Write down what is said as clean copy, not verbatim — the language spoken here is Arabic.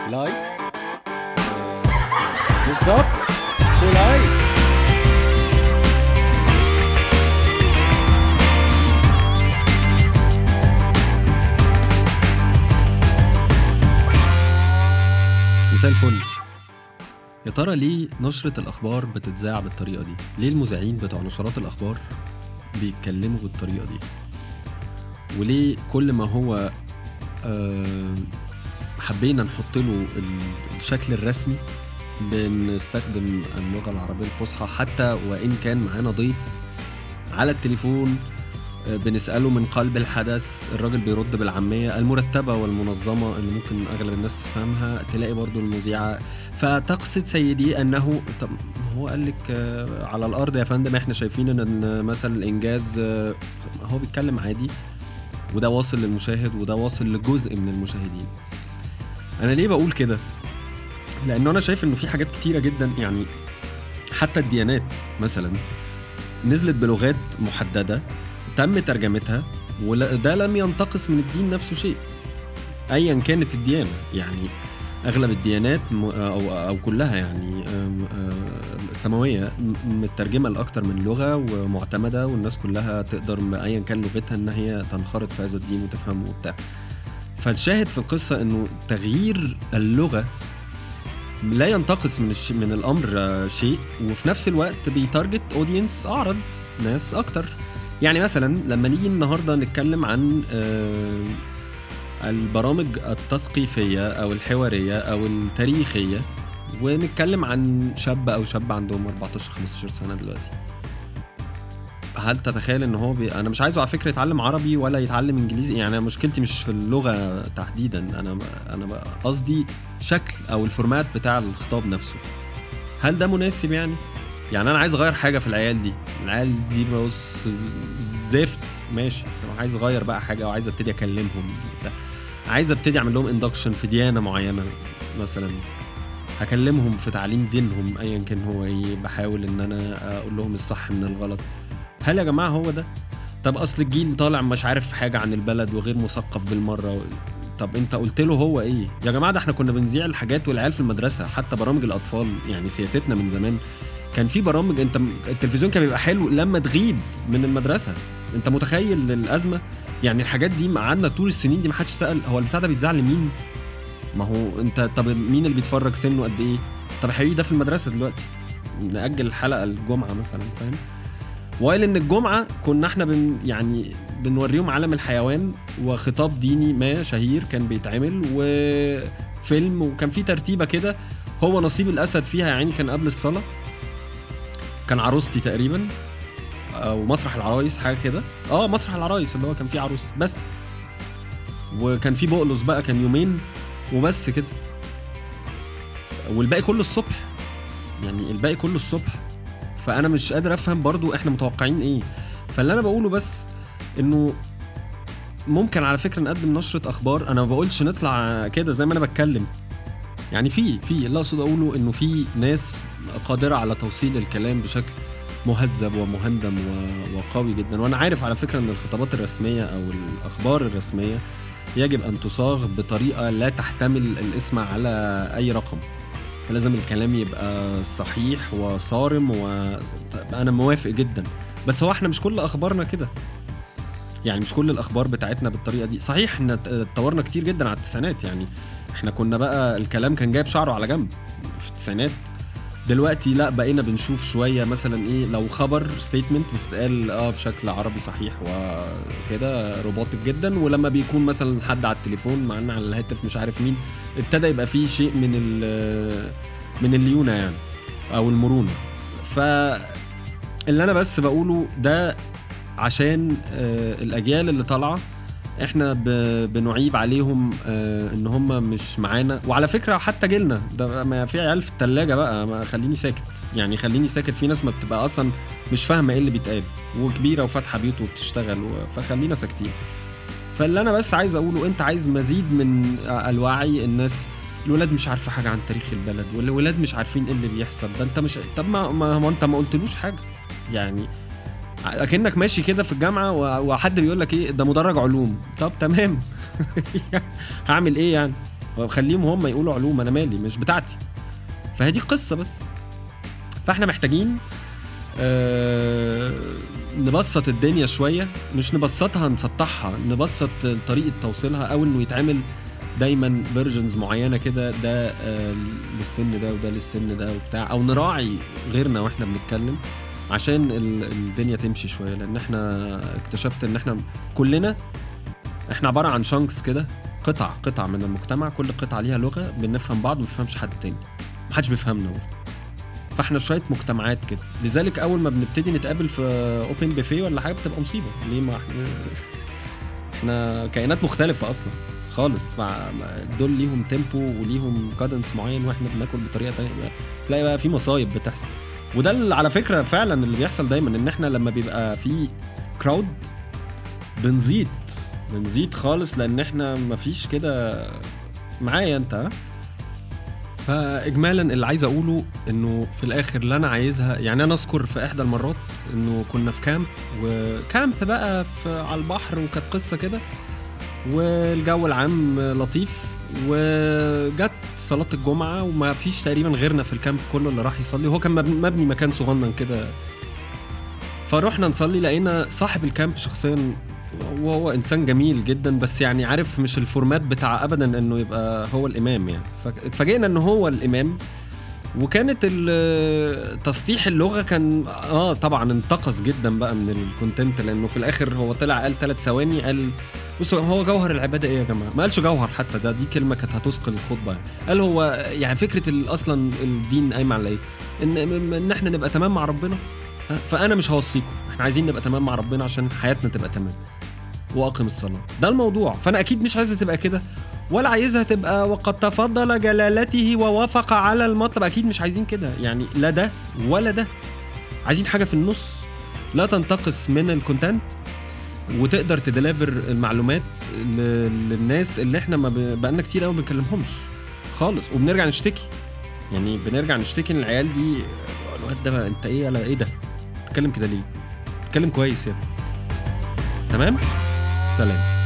لايك بالظبط ولايك. مساء الفل. يا ترى ليه نشرة الأخبار بتتذاع بالطريقة دي؟ ليه المذيعين بتوع نشرات الأخبار بيتكلموا بالطريقة دي؟ وليه كل ما هو حبينا نحط له الشكل الرسمي بنستخدم اللغة العربية الفصحى، حتى وإن كان معانا ضيف على التليفون بنسأله من قلب الحدث، الراجل بيرد بالعامية المرتبة والمنظمة اللي ممكن أغلب الناس تفهمها. تلاقي برضو المذيعة فتقصد سيدي أنه طب هو قال لك على الأرض يا فندم احنا شايفين أن مثل الإنجاز، هو بيتكلم عادي وده واصل للمشاهد وده واصل لجزء من المشاهدين. أنا ليه بقول كده؟ لأنه أنا شايف أنه في حاجات كتيرة جدا، يعني حتى الديانات مثلا نزلت بلغات محددة تم ترجمتها، وده لم ينتقص من الدين نفسه شيء أيا كانت الديانة. يعني أغلب الديانات أو كلها يعني سماوية مترجمة لأكتر من لغة ومعتمدة، والناس كلها تقدر أيا كان لغتها أن هي تنخرط في هذا الدين وتفهمه وبتاع. فالشاهد في القصة أنه تغيير اللغة لا ينتقص من الأمر شيء، وفي نفس الوقت بيتارجت أودينس أعرض ناس أكتر. يعني مثلا لما نيجي النهاردة نتكلم عن البرامج التثقيفية أو الحوارية أو التاريخية، ونتكلم عن شاب أو شاب عندهم 14-15 سنة دلوقتي، هل تتخيل ان هو انا مش عايزه على فكره يتعلم عربي ولا يتعلم انجليزي؟ يعني مشكلتي مش في اللغه تحديدا، انا قصدي شكل او الفورمات بتاع الخطاب نفسه. هل ده مناسب؟ يعني انا عايز اغير حاجه في العيال دي بص زفت ماشي، عايز اغير بقى حاجه او عايز ابتدي اكلمهم، عايز ابتدي اعمل لهم اندكشن في ديانه معينه مثلا، هكلمهم في تعليم دينهم ايا كان هو ايه، بحاول ان انا اقول لهم الصح من الغلط. هل يا جماعة هو ده؟ طب أصل الجيل طالع مش عارف حاجة عن البلد وغير مثقف بالمرة. طب انت قلت له هو ايه؟ يا جماعة ده احنا كنا بنذيع الحاجات والعيال في المدرسة، حتى برامج الأطفال. يعني سياستنا من زمان كان في برامج، انت التلفزيون كان بيبقى حلو لما تغيب من المدرسة. انت متخيل الأزمة؟ يعني الحاجات دي قعدنا طول السنين دي ما حدش سأل هو البتاع ده بيتذاع لمين؟ ما هو انت طب مين اللي بيتفرج سنه قد ايه؟ طب حبيبي ده في المدرسة دلوقتي، نأجل الحلقة الجمعة مثلا، فاهم؟ وقال ان الجمعة كنا احنا بنوريهم عالم الحيوان وخطاب ديني ما شهير كان بيتعمل وفيلم، وكان في ترتيبة كده. هو نصيب الأسد فيها يعني كان قبل الصلاة، كان عروستي تقريبا او مسرح العرايس حاجة كده، مسرح العرايس اللي هو كان فيه عروستي بس، وكان فيه بقلص بقى كان يومين وبس كده، والباقي كله الصبح. يعني الباقي كله الصبح. فأنا مش قادر أفهم برضو إحنا متوقعين إيه. فاللي أنا بقوله بس إنه ممكن على فكرة نقدم نشرة أخبار. أنا ما بقولش نطلع كده زي ما أنا بتكلم، يعني في اللي أقصد أقوله إنه في ناس قادرة على توصيل الكلام بشكل مهذب ومهندم وقوي جدا. وأنا عارف على فكرة إن الخطابات الرسمية أو الأخبار الرسمية يجب أن تصاغ بطريقة لا تحتمل الاسم على أي رقم، فلازم الكلام يبقى صحيح وصارم، وأنا موافق جدا. بس هو احنا مش كل أخبارنا كده، يعني مش كل الأخبار بتاعتنا بالطريقة دي. صحيح احنا اتطورنا كتير جدا على التسعينات، يعني احنا كنا بقى الكلام كان جايب شعره على جنب في التسعينات. دلوقتي لا، بقينا بنشوف شوية مثلا ايه، لو خبر ستيتمنت بتتقال بشكل عربي صحيح وكده روبوتك جدا، ولما بيكون مثلا حد على التليفون معنا على الهاتف مش عارف مين، ابتدى يبقى فيه شيء من الليونة يعني او المرونة. فاللي انا بس بقوله ده عشان الاجيال اللي طالعة احنا بنعيب عليهم ان هم مش معانا. وعلى فكرة حتى جيلنا ده ما في عيال في التلاجة بقى، ما خليني ساكت. في ناس ما بتبقى اصلا مش فاهمة ايه اللي بيتقال، وكبيرة وفاتحة بيوت وبتشتغل، فخلينا ساكتين. فاللي انا بس عايز اقوله، انت عايز مزيد من الوعي. الناس الولاد مش عارفة حاجة عن تاريخ البلد، والولاد مش عارفين ايه اللي بيحصل ده. انت مش طب ما انت ما قلتلوش حاجة. يعني اكنك ماشي كده في الجامعة وحد بيقول لك ايه ده مدرج علوم، طب تمام هعمل ايه يعني؟ وخليهم هم يقولوا علوم، انا مالي، مش بتاعتي. فهذه قصة بس. فاحنا محتاجين نبسط الدنيا شوية، مش نبسطها نسطحها، نبسط طريقة توصيلها، او انه يتعمل دايما فيرجنز معينة كده، ده للسن ده وده للسن ده وبتاع، او نراعي غيرنا واحنا بنتكلم عشان الدنيا تمشي شوية. لان احنا اكتشفت ان احنا كلنا احنا عبارة عن شانكس كده، قطع من المجتمع، كل قطعة ليها لغة، بنفهم بعض ومفهمش حد تاني، محدش بيفهمنا. فاحنا شوية مجتمعات كده، لذلك اول ما بنبتدي نتقابل في اوبن بوفيه ولا حاجة بتبقى مصيبة. ليه؟ ما احنا كائنات مختلفة اصلا خالص، دول ليهم تيمبو وليهم كادنس معين، واحنا بناكل بطريقة تانية، تلاقي بقى في مصايب بتحصل. وده على فكرة فعلا اللي بيحصل دايما، ان احنا لما بيبقى في كراود بنزيد خالص، لان احنا مفيش كده معايا انت. فاجمالا اللي عايز اقوله انه في الاخر اللي انا عايزها، يعني انا اذكر في احدى المرات انه كنا في كامب بقى على البحر، وكانت قصة كده، والجو العام لطيف، وجت صلاة الجمعة وما فيش تقريبا غيرنا في الكامب كله اللي راح يصلي. هو كان مبني مكان صغنن كده، فروحنا نصلي. لقينا صاحب الكامب شخصيا، وهو انسان جميل جدا، بس يعني عارف مش الفورمات بتاع ابدا انه يبقى هو الامام يعني. فاتفاجئنا انه هو الامام، وكانت تسطيح اللغة كان طبعا انتقص جدا بقى من الكونتنت، لانه في الاخر هو طلع قال 3 ثواني، قال بصوا هو جوهر العبادة ايه يا جماعة؟ ما قالش جوهر حتى، دي كلمة كانت هتثقل الخطبة يعني. قال هو يعني فكرة اصلا الدين قايم على ايه؟ ان احنا نبقى تمام مع ربنا. فانا مش هوصيكم، احنا عايزين نبقى تمام مع ربنا عشان حياتنا تبقى تمام، واقم الصلاة. ده الموضوع. فانا اكيد مش عايزها تبقى كده، ولا عايزها تبقى وقد تفضل جلالته ووافق على المطلب. اكيد مش عايزين كده يعني، لا ده ولا ده. عايزين حاجة في النص، لا تنتقص من الكونتنت، وتقدر تدليفر المعلومات للناس اللي احنا ما بقالنا كتير قوي ما بنكلمهمش خالص. وبنرجع نشتكي للعيال دي، الواد ده انت ايه على ايه ده؟ تتكلم كده ليه؟ تتكلم كويس يعني. تمام؟ سلام.